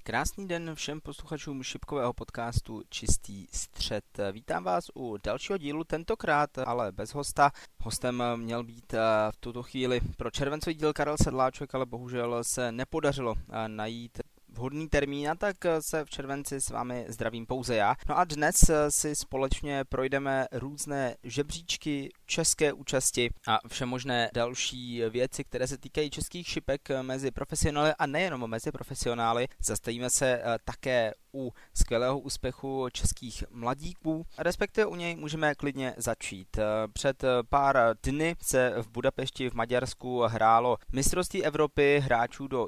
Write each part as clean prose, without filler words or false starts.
Krásný den všem posluchačům šipkového podcastu Čistý střed. Vítám vás u dalšího dílu, tentokrát ale bez hosta. Hostem měl být v tuto chvíli pro červencový díl Karel Sedláček, ale bohužel se nepodařilo najít vhodný termín, a tak se v červenci s vámi zdravím pouze já. No a dnes si společně projdeme různé žebříčky české účasti a všemožné další věci, které se týkají českých šipek mezi profesionály a nejenom mezi profesionály. Zastavíme se také u skvělého úspěchu českých mladíků, respektive u něj můžeme klidně začít. Před pár dny se v Budapešti v Maďarsku hrálo mistrovství Evropy hráčů do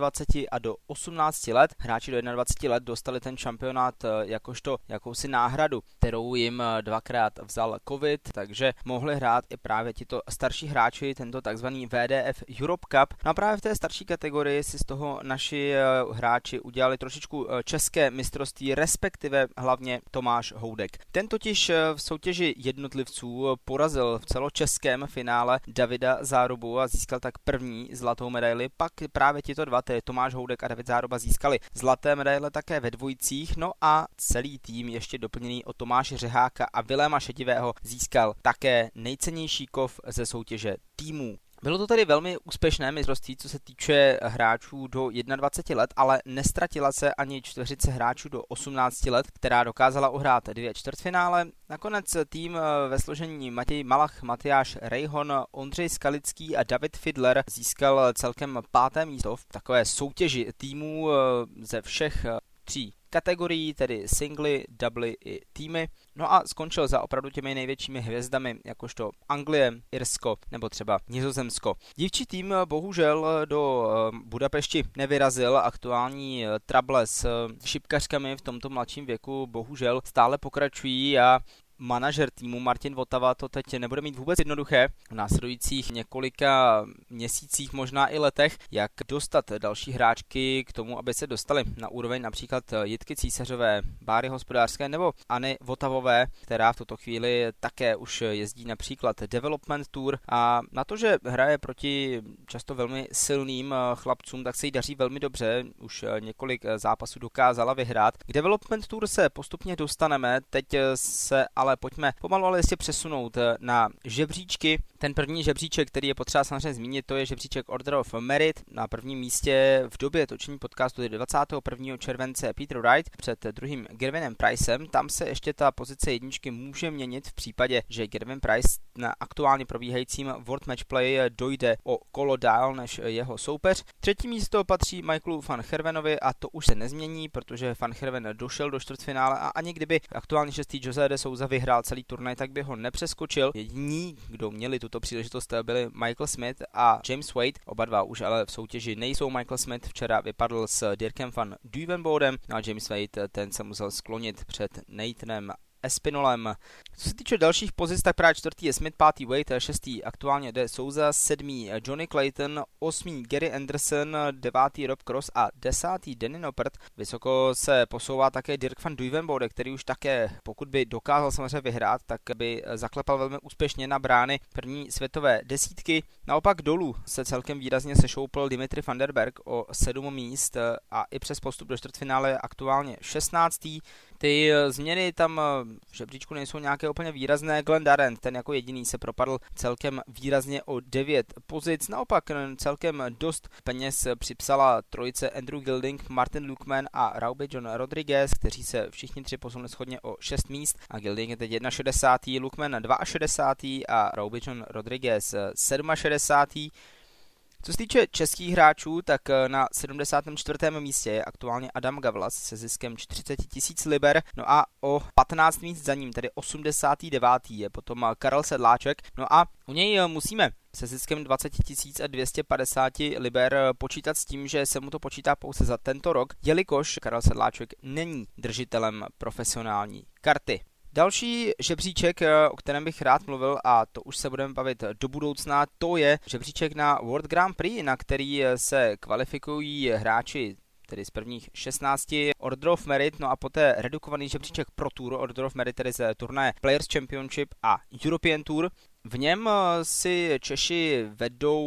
21 a do 18 let. Hráči do 21 let dostali ten šampionát jakožto jakousi náhradu, kterou jim dvakrát vzal covid, takže mohli hrát i právě tito starší hráči, tento takzvaný VDF Europe Cup. No a právě v té starší kategorii si z toho naši hráči udělali trošičku české mistrovství, respektive hlavně Tomáš Houdek. Ten totiž v soutěži jednotlivců porazil v celočeském finále Davida Zárubu a získal tak první zlatou medaili. Pak právě tito dva, tedy Tomáš Houdek a David Záruba, získali zlaté medaile také ve dvojicích, no a celý tým ještě doplněný o Tomáše Řeháka a Viléma Šedivého získal také nejcennější kov ze soutěže týmů. Bylo to tedy velmi úspěšné mistrovství, co se týče hráčů do 21 let, ale nestratila se ani čtveřice hráčů do 18 let, která dokázala uhrát 2 čtvrtfinále. Nakonec tým ve složení Matěj Malach, Matyáš Rejhon, Ondřej Skalický a David Fidler získal celkem 5. místo v takové soutěži týmů ze všech 3 kategorií, tedy singly, doubly i týmy. No a skončil za opravdu těmi největšími hvězdami, jakožto Anglie, Irsko nebo třeba Nizozemsko. Dívčí tým bohužel do Budapešti nevyrazil. Aktuální trable s šipkařkami v tomto mladším věku bohužel stále pokračují a manažer týmu Martin Votava to teď nebude mít vůbec jednoduché v následujících několika měsících, možná i letech, jak dostat další hráčky k tomu, aby se dostali na úroveň například Jitky Císařové, Báry Hospodářské nebo Anny Votavové, která v tuto chvíli také už jezdí například Development Tour, a na to, že hraje proti často velmi silným chlapcům, tak se jí daří velmi dobře, už několik zápasů dokázala vyhrát. K Development Tour se postupně dostaneme, teď se ale pojďme pomalu ale jistě přesunout na žebříčky. Ten první žebříček, který je potřeba samozřejmě zmínit, to je žebříček Order of Merit. Na prvním místě v době točení podcastu je 21. července Peter Wright před druhým Gervinem Pricem. Tam se ještě ta pozice jedničky může měnit v případě, že Gervin Price na aktuálně probíhajícím World Matchplay dojde o kolo dál než jeho soupeř. Třetí místo patří Michaelu van Gervenovi a to už se nezmění, protože van Gerven došel do čtvrtfinále a ani kdyby aktuální 6. José de Souza vyhrál celý turnaj, tak by ho nepřeskočil. Jediní, kdo měli tuto příležitost, byli Michael Smith a James Wade. Oba dva už ale v soutěži nejsou. Michael Smith včera vypadl s Dirkem van Duvenbodem, no a James Wade ten se musel sklonit před Nathanem Espinolem. Co se týče dalších pozic, tak právě 4. je Smith, 5. Wade, 6. aktuálně de Souza, 7. Johnny Clayton, 8. Gary Anderson, 9. Rob Cross a 10. Danny Noppert. Vysoko se posouvá také Dirk van Duvenbode, který už také, pokud by dokázal samozřejmě vyhrát, tak by zaklepal velmi úspěšně na brány první světové desítky. Naopak dolů se celkem výrazně sešoupl Dimitri van der Berg o 7 míst a i přes postup do čtvrtfinále je aktuálně 16. Ty změny tam v žebříčku nejsou nějaké úplně výrazné. Glenn Darrent, ten jako jediný se propadl celkem výrazně o 9 pozic. Naopak celkem dost peněz připsala trojice Andrew Gilding, Martin Lukeman a Raube John Rodriguez, kteří se všichni tři posunuli shodně o 6 míst. A Gilding je teď 61., Lukeman 62. a Raube John Rodriguez 67. Co se týče českých hráčů, tak na 74. místě je aktuálně Adam Gavlas se ziskem 40 000 liber, no a o 15 míst za ním, tedy 89. je potom Karel Sedláček, no a u něj musíme se ziskem 20 250 liber počítat s tím, že se mu to počítá pouze za tento rok, jelikož Karel Sedláček není držitelem profesionální karty. Další žebříček, o kterém bych rád mluvil, a to už se budeme bavit do budoucna, to je žebříček na World Grand Prix, na který se kvalifikují hráči tedy z prvních 16 Order of Merit, no a poté redukovaný žebříček Pro Tour, Order of Merit, tedy z turnaje Players Championship a European Tour. V něm si Češi vedou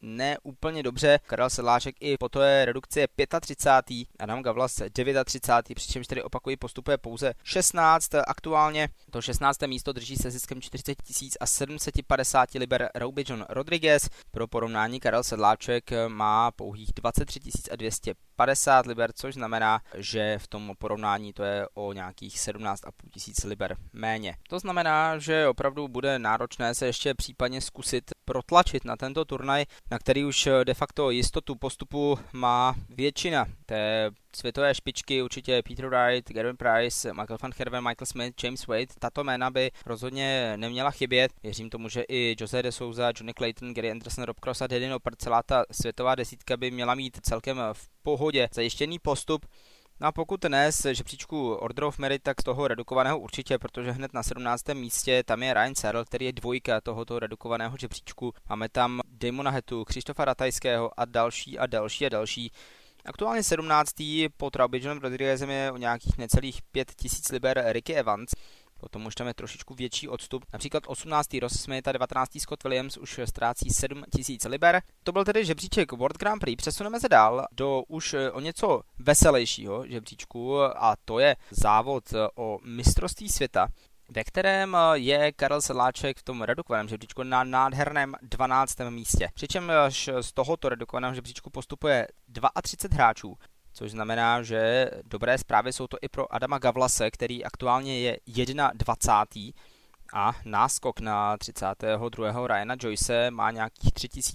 ne úplně dobře. Karel Sedláček i po té redukci je 35. Adam Gavlas 39. Přičemž tedy opakují postupuje pouze 16. Aktuálně to 16. místo drží se ziskem 40 750 liber Roby John Rodriguez. Pro porovnání Karel Sedláček má pouhých 23 250 liber, což znamená, že v tom porovnání to je o nějakých 17 500 liber méně. To znamená, že opravdu bude náročné se ještě případně zkusit protlačit na tento turnaj, na který už de facto jistotu postupu má většina té světové špičky, určitě Peter Wright, Gavin Price, Michael van Gerwen, Michael Smith, James Wade. Tato jména by rozhodně neměla chybět. Věřím tomu, že i Jose de Souza, Johnny Clayton, Gary Anderson, Rob Cross a Denny Noppert, celá ta světová desítka by měla mít celkem v pohodě zajištěný postup. No a pokud ne z žebříčku Order of Merit, tak z toho redukovaného určitě, protože hned na 17. místě tam je Ryan Searle, který je dvojka tohoto redukovaného žebříčku. Máme tam Damona Hetu, Krištofa Ratajského a další. Aktuálně 17. pod Roby Johnem Rodriguezem je o nějakých necelých 5000 liber Ricky Evans. Potom už tam je trošičku větší odstup. Například 18. Ross Smith a 19. Scott Williams už ztrácí 7000 liber. To byl tedy žebříček World Grand Prix. Přesuneme se dál do už o něco veselějšího žebříčku a to je závod o mistrovství světa, ve kterém je Karel Sedláček v tom redukovaném žebříčku na nádherném 12. místě. Přičemž z tohoto redukovaného žebříčku postupuje 32 hráčů, což znamená, že dobré zprávy jsou to i pro Adama Gavlase, který aktuálně je 21. a náskok na 32. Ryana Joyce má nějakých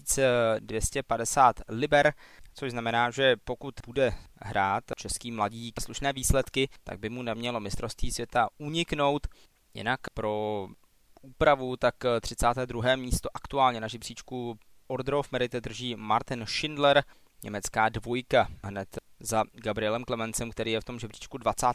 3250 liber, což znamená, že pokud bude hrát český mladík slušné výsledky, tak by mu nemělo mistrovství světa uniknout. Jinak pro úpravu, tak 32. místo aktuálně na žebříčku Order of Merit drží Martin Schindler, německá dvojka, hned za Gabrielem Clemencem, který je v tom žebříčku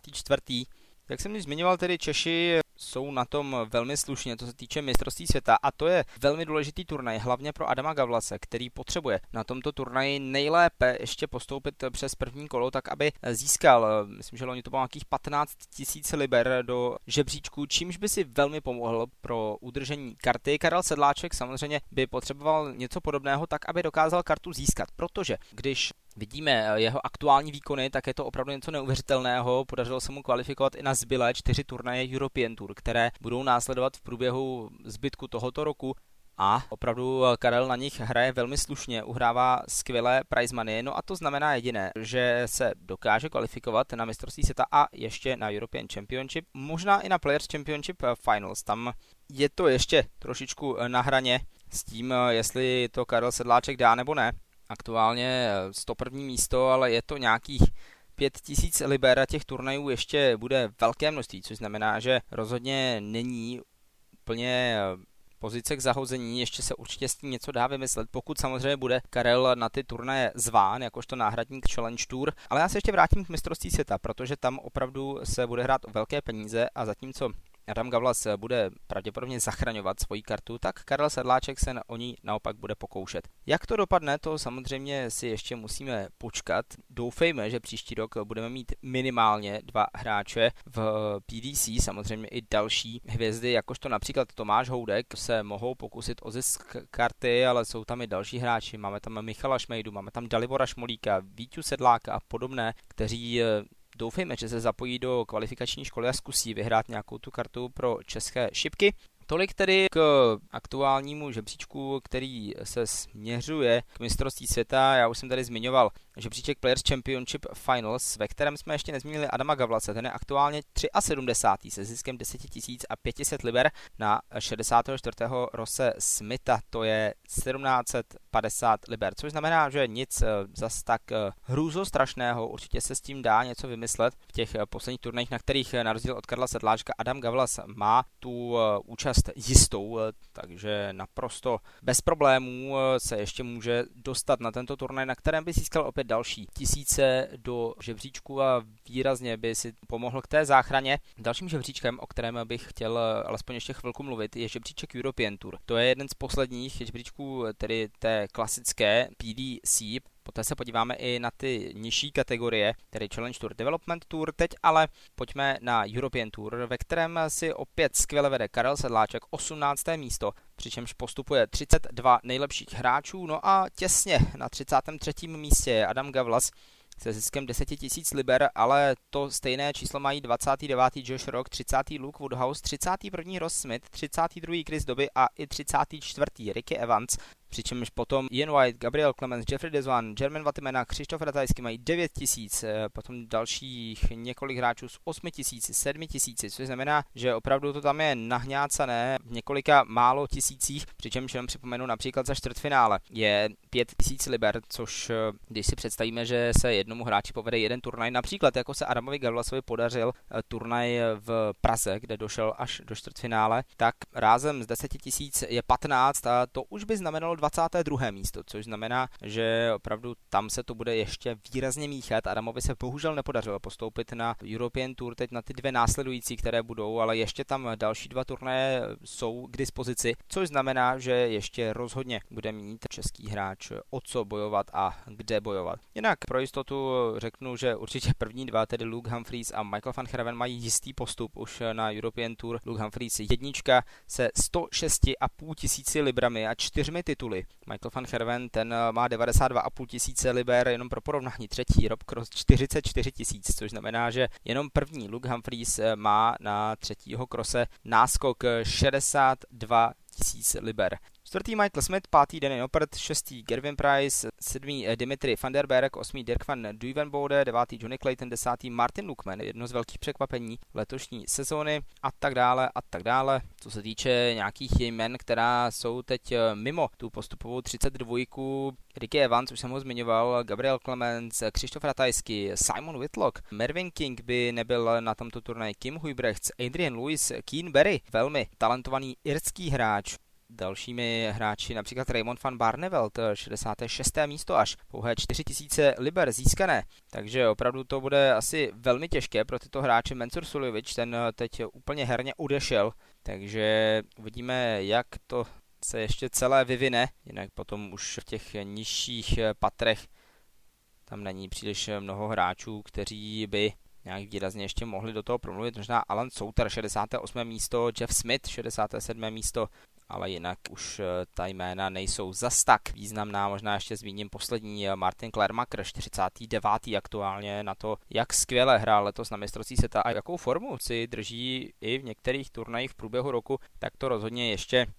24. Jak jsem již zmiňoval, tedy Češi jsou na tom velmi slušně, co se týče mistrovství světa, a to je velmi důležitý turnaj, hlavně pro Adama Gavlase, který potřebuje na tomto turnaji nejlépe ještě postoupit přes první kolo, tak aby získal, myslím, že loni to bylo nějakých 15 000 liber do žebříčku, čímž by si velmi pomohl pro udržení karty. Karel Sedláček samozřejmě by potřeboval něco podobného, tak aby dokázal kartu získat, protože když vidíme jeho aktuální výkony, tak je to opravdu něco neuvěřitelného. Podařilo se mu kvalifikovat i na zbylé 4 turnaje European Tour, které budou následovat v průběhu zbytku tohoto roku. A opravdu Karel na nich hraje velmi slušně, uhrává skvělé prize money, no a to znamená jediné, že se dokáže kvalifikovat na mistrovství světa a ještě na European Championship, možná i na Players Championship Finals. Tam je to ještě trošičku na hraně s tím, jestli to Karel Sedláček dá nebo ne. Aktuálně 101. místo, ale je to nějakých 5000 liber a těch turnajů ještě bude velké množství, což znamená, že rozhodně není úplně pozice k zahození, ještě se určitě s tím něco dá vymyslet, pokud samozřejmě bude Karel na ty turnaje zván, jakožto náhradník Challenge Tour, ale já se ještě vrátím k mistrovství světa, protože tam opravdu se bude hrát o velké peníze a zatímco Adam Gavlas bude pravděpodobně zachraňovat svoji kartu, tak Karel Sedláček se o ní naopak bude pokoušet. Jak to dopadne, to samozřejmě si ještě musíme počkat. Doufejme, že příští rok budeme mít minimálně 2 hráče v PDC, samozřejmě i další hvězdy, jakožto například Tomáš Houdek se mohou pokusit o zisk karty, ale jsou tam i další hráči. Máme tam Michala Šmejdu, máme tam Dalibora Šmolíka, Víťu Sedláka a podobné, kteří doufejme, že se zapojí do kvalifikační školy a zkusí vyhrát nějakou tu kartu pro české šipky. Tolik tedy k aktuálnímu žebříčku, který se směřuje k mistrovství světa. Já už jsem tady zmiňoval žebříček Players Championship Finals, ve kterém jsme ještě nezmínili Adama Gavlase. Ten je aktuálně 73. se ziskem 10 500 liber na 64. Rosse Smitha, to je 1750 liber, což znamená, že nic zas tak hrůzostrašného, určitě se s tím dá něco vymyslet v těch posledních turnajích, na kterých na rozdíl od Karla Sedláčka Adam Gavlas má tu účast jistou, takže naprosto bez problémů se ještě může dostat na tento turnaj, na kterém by získal opět další tisíce do žebříčku a výrazně by si pomohl k té záchraně. Dalším žebříčkem, o kterém bych chtěl alespoň ještě chvilku mluvit, je žebříček European Tour. To je jeden z posledních žebříčků, tedy té klasické PDC. Poté se podíváme i na ty nižší kategorie, tedy Challenge Tour, Development Tour. Teď ale pojďme na European Tour, ve kterém si opět skvěle vede Karel Sedláček, 18. místo, přičemž postupuje 32 nejlepších hráčů, no a těsně na 33. místě je Adam Gavlas se ziskem 10 000 liber, ale to stejné číslo mají 29. Josh Rock, 30. Luke Woodhouse, 31. Ross Smith, 32. Chris Dobby a i 34. Ricky Evans. Přičemž potom Ian White, Gabriel Clemens, Jeffrey Desvan, German Vatimena, Krzysztof Ratajski mají 9 000, potom dalších několik hráčů s 8 000, 7 000, což znamená, že opravdu to tam je nahňácané v několika málo tisících, přičemž jenom připomenu například za čtvrtfinále je 5 000 liber, což když si představíme, že se jednomu hráči povede jeden turnaj, například jako se Adamovi Gavlasovi podařil turnaj v Praze, kde došel až do čtvrtfinále, tak rázem z 10 000 je 15 a to už by znamenalo 22. místo, což znamená, že opravdu tam se to bude ještě výrazně míchat. Adamovi se bohužel nepodařilo postoupit na European Tour, teď na ty dvě následující, které budou, ale ještě tam další 2 turnaje jsou k dispozici, což znamená, že ještě rozhodně bude mít český hráč o co bojovat a kde bojovat. Jinak pro jistotu řeknu, že určitě první 2, tedy Luke Humphries a Michael van Gerwen, mají jistý postup už na European Tour. Luke Humphries jednička se 106,5 tisíci librami a 4 tituly. Michael van Gerwen, ten má 92,5 tisíce liber, jenom pro porovnání třetí, Rob Cross 44 tisíc, což znamená, že jenom první Luke Humphries má na třetího krose náskok 62 tisíc liber. Čtvrtý Michael Smith, pátý Danny Noppert, šestý Gervin Price, sedmý Dimitri van der Berg, osmý Dirk van Duivenbode, devátý Johnny Clayton, desátý Martin Lukman, jedno z velkých překvapení letošní sezóny a tak dále a tak dále. Co se týče nějakých jmen, která jsou teď mimo tu postupovou 32, Ricky Evans, už jsem ho zmiňoval, Gabriel Clemens, Krzysztof Ratajski, Simon Whitlock, Mervyn King by nebyl na tomto turnaji, Kim Huybrechts, Adrian Lewis, Keane Berry, velmi talentovaný irský hráč. Dalšími hráči například Raymond van Barneveld, 66. místo až, pouhé 4000 liber získané, takže opravdu to bude asi velmi těžké pro tyto hráče. Mensur Suljovič, ten teď úplně herně odešel, takže uvidíme, jak to se ještě celé vyvine, jinak potom už v těch nižších patrech tam není příliš mnoho hráčů, kteří by nějak výrazně ještě mohli do toho promluvit. Možná Alan Souter, 68. místo, Jeff Smith, 67. místo, ale jinak už ta jména nejsou zas tak významná. Možná ještě zmíním poslední Martin Klermacher, 49. aktuálně, na to, jak skvěle hrál letos na mistrovství světa a jakou formu si drží i v některých turnajích v průběhu roku, tak to rozhodně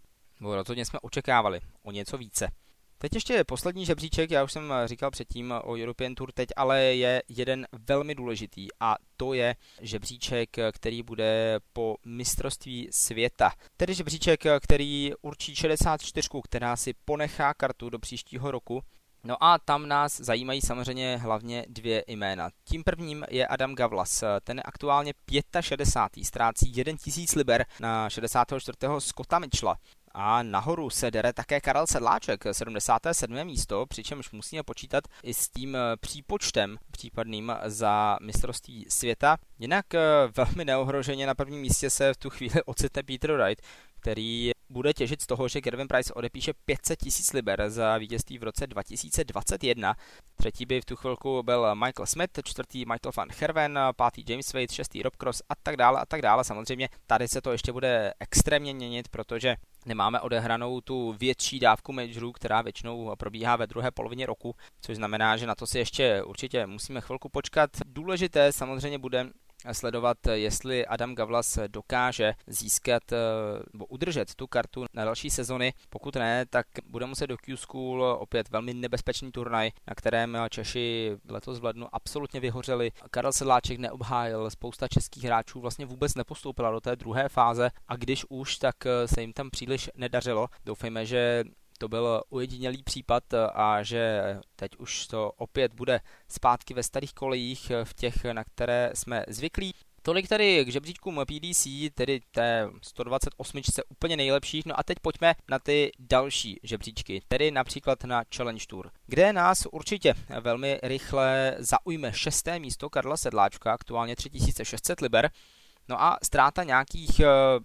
jsme očekávali o něco více. Teď ještě poslední žebříček, já už jsem říkal předtím o European Tour teď, ale je jeden velmi důležitý a to je žebříček, který bude po mistrovství světa. Tedy žebříček, který určí 64, která si ponechá kartu do příštího roku. No a tam nás zajímají samozřejmě hlavně 2 jména. Tím prvním je Adam Gavlas, ten je aktuálně 65. ztrácí 1000 liber na 64. Scotta Mitchella. A nahoru se dere také Karel Sedláček, 77. místo, přičemž musíme počítat i s tím přípočtem případným za mistrovství světa. Jinak velmi neohroženě na prvním místě se v tu chvíli ocitne Peter Wright, který bude těžit z toho, že Gervin Price odepíše 500 000 liber za vítězství v roce 2021. Třetí by v tu chvilku byl Michael Smith, čtvrtý Michael van Gerwen, pátý James Wade, šestý Rob Cross a tak dále. Samozřejmě tady se to ještě bude extrémně měnit, protože nemáme odehranou tu větší dávku majorů, která většinou probíhá ve druhé polovině roku, což znamená, že na to si ještě určitě musíme chvilku počkat. Důležité samozřejmě bude sledovat, jestli Adam Gavlas dokáže získat nebo udržet tu kartu na další sezony. Pokud ne, tak bude muset do Q-School, opět velmi nebezpečný turnaj, na kterém Češi letos v lednu absolutně vyhořeli. Karel Sedláček neobhájil, spousta českých hráčů vlastně vůbec nepostoupila do té druhé fáze a když už, tak se jim tam příliš nedařilo. Doufejme, že to byl ojedinělý případ a že teď už to opět bude zpátky ve starých kolejích, v těch, na které jsme zvyklí. Tolik tady k žebříčkům PDC, tedy té 128 úplně nejlepších. No a teď pojďme na ty další žebříčky, tedy například na Challenge Tour, kde nás určitě velmi rychle zaujme 6. místo Karla Sedláčka, aktuálně 3600 liber. No a ztráta nějakých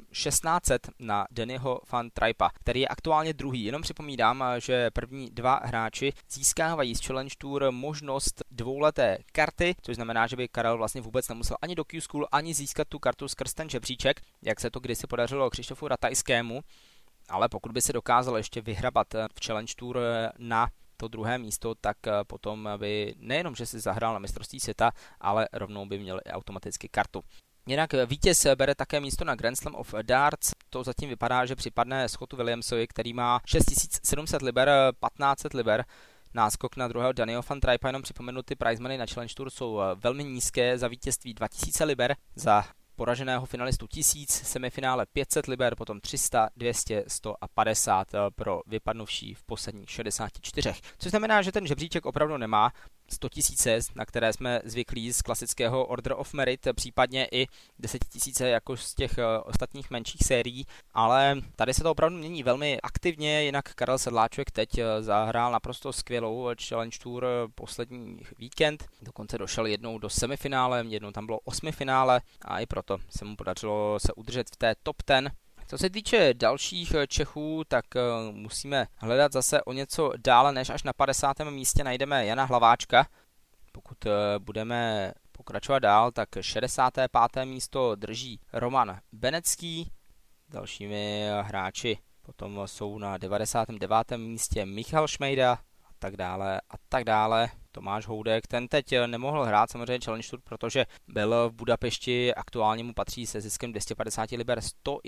1600 na Dannyho van Trijpa, který je aktuálně druhý. Jenom připomínám, že první dva hráči získávají z Challenge Tour možnost dvouleté karty, což znamená, že by Karel vlastně vůbec nemusel ani do Q-School, ani získat tu kartu skrz ten žebříček, jak se to kdysi podařilo Křištofu Ratajskému, ale pokud by se dokázal ještě vyhrabat v Challenge Tour na to druhé místo, tak potom by nejenom, že si zahrál na mistrovství světa, ale rovnou by měl i automaticky kartu. Jinak vítěz bere také místo na Grand Slam of Darts. To zatím vypadá, že připadne Scottu Williamsovi, který má 6700 liber, 1500 liber. Náskok na druhého Dannyho van Trijpa, jenom připomenu, ty prize money na Challenge Tour jsou velmi nízké, za vítězství 2000 liber, za poraženého finalistu 1000, semifinále 500 liber, potom 300, 200, 100 a 50 pro vypadnuvší v posledních 64. Což znamená, že ten žebříček opravdu nemá 100 000, na které jsme zvyklí z klasického Order of Merit, případně i 10 000 jako z těch ostatních menších sérií, ale tady se to opravdu mění velmi aktivně, jinak Karel Sedláček teď zahrál naprosto skvělou Challenge Tour poslední víkend, dokonce došel jednou do semifinále, jednou tam bylo 8. finále a i proto se mu podařilo se udržet v té top 10. Co se týče dalších Čechů, tak musíme hledat zase o něco dále, než až na 50. místě najdeme Jana Hlaváčka. Pokud budeme pokračovat dál, tak 65. místo drží Roman Benecký. Dalšími hráči potom jsou na 99. místě Michal Šmejda a tak dále a tak dále. Tomáš Houdek, ten teď nemohl hrát samozřejmě Challenge Tour, protože byl v Budapešti, aktuálně mu patří se ziskem 250 liber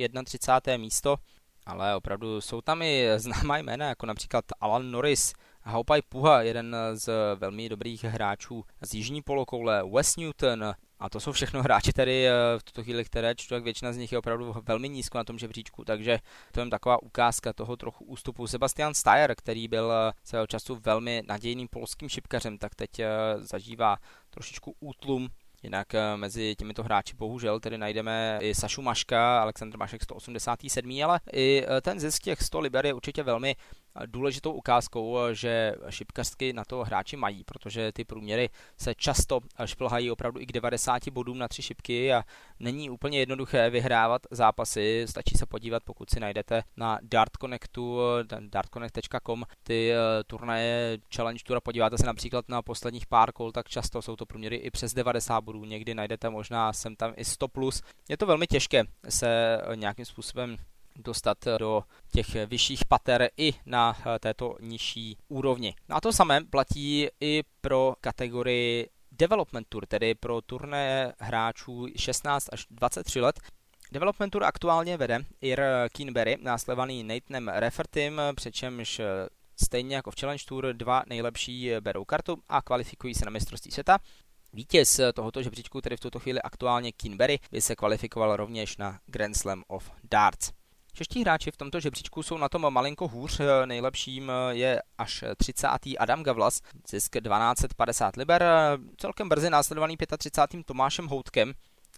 131. místo, ale opravdu jsou tam i známá jména, jako například Alan Norris, Haupaj Puha, jeden z velmi dobrých hráčů z jižní polokoule, Wes Newton, a to jsou všechno hráči tady v tuto chvíli, které čtu, tak většina z nich je opravdu velmi nízko na tom žebříčku, takže to je taková ukázka toho trochu ústupu. Sebastian Steyer, který byl svého času velmi nadějným polským šipkařem, tak teď zažívá trošičku útlum. Jinak mezi těmito hráči bohužel tedy najdeme i Sašu Maška, Aleksandr Mašek 187, ale i ten zisk těch 100 liber je určitě velmi důležitou ukázkou, že šipkařsky na to hráči mají, protože ty průměry se často šplhají opravdu i k 90 bodům na 3 šipky a není úplně jednoduché vyhrávat zápasy. Stačí se podívat, pokud si najdete na Dart Connectu, dartconnect.com, ty turnaje Challenge Tour a podíváte se například na posledních pár kol, tak často jsou to průměry i přes 90 bodů, někdy najdete možná sem tam i 100+. Je to velmi těžké se nějakým způsobem dostat do těch vyšších pater i na této nižší úrovni. No a to samé platí i pro kategorii Development Tour, tedy pro turné hráčů 16 až 23 let. Development Tour aktuálně vede Ir Kienberry, následovaný Nathanem Raffertym, přičemž stejně jako v Challenge Tour dva nejlepší berou kartu a kvalifikují se na mistrovství světa. Vítěz tohoto žebříčku, tedy v tuto chvíli aktuálně Kienberry, by se kvalifikoval rovněž na Grand Slam of Darts. Čeští hráči v tomto žebříčku jsou na tom malinko hůř, nejlepším je až 30. Adam Gavlas, zisk 1250 liber, celkem brzy následovaný 35. Tomášem Houtkem,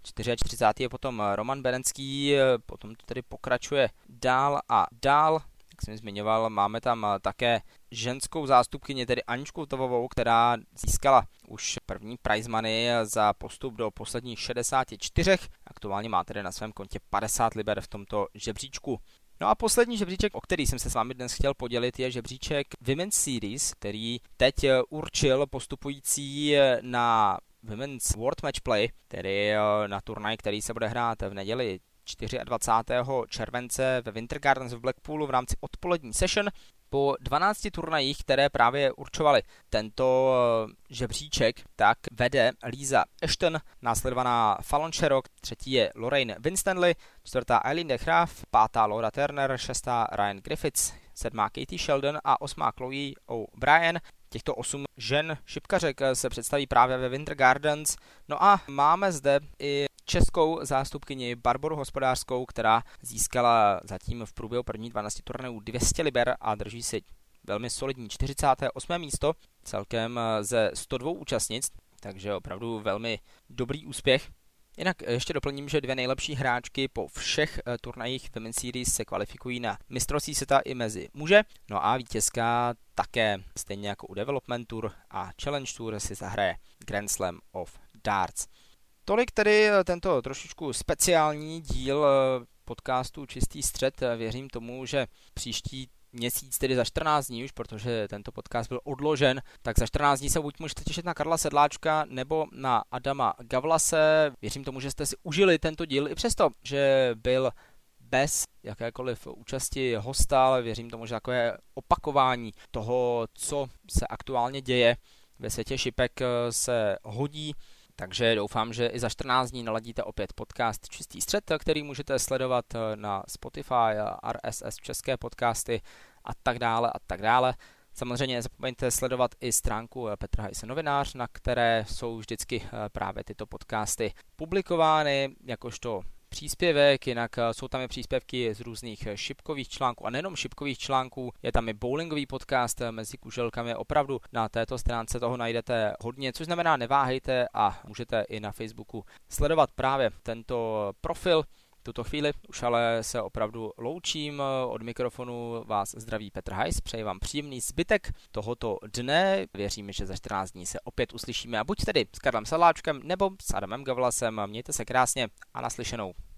44. je potom Roman Benecký, potom to tedy pokračuje dál a dál. Jak jsem zmiňoval, máme tam také ženskou zástupkyni, tedy Aničku Tovovou, která získala už první prize money za postup do posledních 64. Aktuálně má tedy na svém kontě 50 liber v tomto žebříčku. No a poslední žebříček, o který jsem se s vámi dnes chtěl podělit, je žebříček Women's Series, který teď určil postupující na Women's World Match Play, tedy na turnaj, který se bude hrát v neděli 24. července ve Winter Gardens v Blackpoolu v rámci odpolední session. Po 12 turnajích, které právě určovaly tento žebříček, tak vede Lisa Ashton, následovaná Fallon Sherrock, třetí je Lorraine Winstanley, čtvrtá Eileen de Graaf, pátá Laura Turner, šestá Ryan Griffiths, sedmá Katie Sheldon a osmá Chloe O'Brien. Těchto 8 žen šipkařek se představí právě ve Winter Gardens. No a máme zde i českou zástupkyni Barboru Hospodářskou, která získala zatím v průběhu prvních 12 turnajů 200 liber a drží si velmi solidní 48. místo celkem ze 102 účastnic, takže opravdu velmi dobrý úspěch. Jinak ještě doplním, že dvě nejlepší hráčky po všech turnajích Women's Series se kvalifikují na mistrovství světa i mezi muže, no a vítězka také stejně jako u Development Tour a Challenge Tour si zahraje Grand Slam of Darts. Tolik tedy tento trošičku speciální díl podcastu Čistý střed. Věřím tomu, že příští měsíc, tedy za 14 dní už, protože tento podcast byl odložen, tak za 14 dní se buď můžete těšit na Karla Sedláčka nebo na Adama Gavlase. Věřím tomu, že jste si užili tento díl i přesto, že byl bez jakékoliv účasti hosta, ale věřím tomu, že takové opakování toho, co se aktuálně děje ve světě šipek, se hodí. Takže doufám, že i za 14 dní naladíte opět podcast Čistý střed, který můžete sledovat na Spotify, RSS české podcasty a tak dále a tak dále. Samozřejmě nezapomeňte sledovat i stránku Petra Heise novinář, na které jsou vždycky právě tyto podcasty publikovány jakožto příspěvek, jinak jsou tam i příspěvky z různých šipkových článků a nejenom šipkových článků, je tam i bowlingový podcast mezi kuželkami, opravdu na této stránce toho najdete hodně, což znamená neváhejte a můžete i na Facebooku sledovat právě tento profil. V tuto chvíli už ale se opravdu loučím, od mikrofonu vás zdraví Petr Heis, přeji vám příjemný zbytek tohoto dne, věřím, že za 14 dní se opět uslyšíme a buď tedy s Karlem Sedláčkem nebo s Adamem Gavlasem, mějte se krásně a naslyšenou.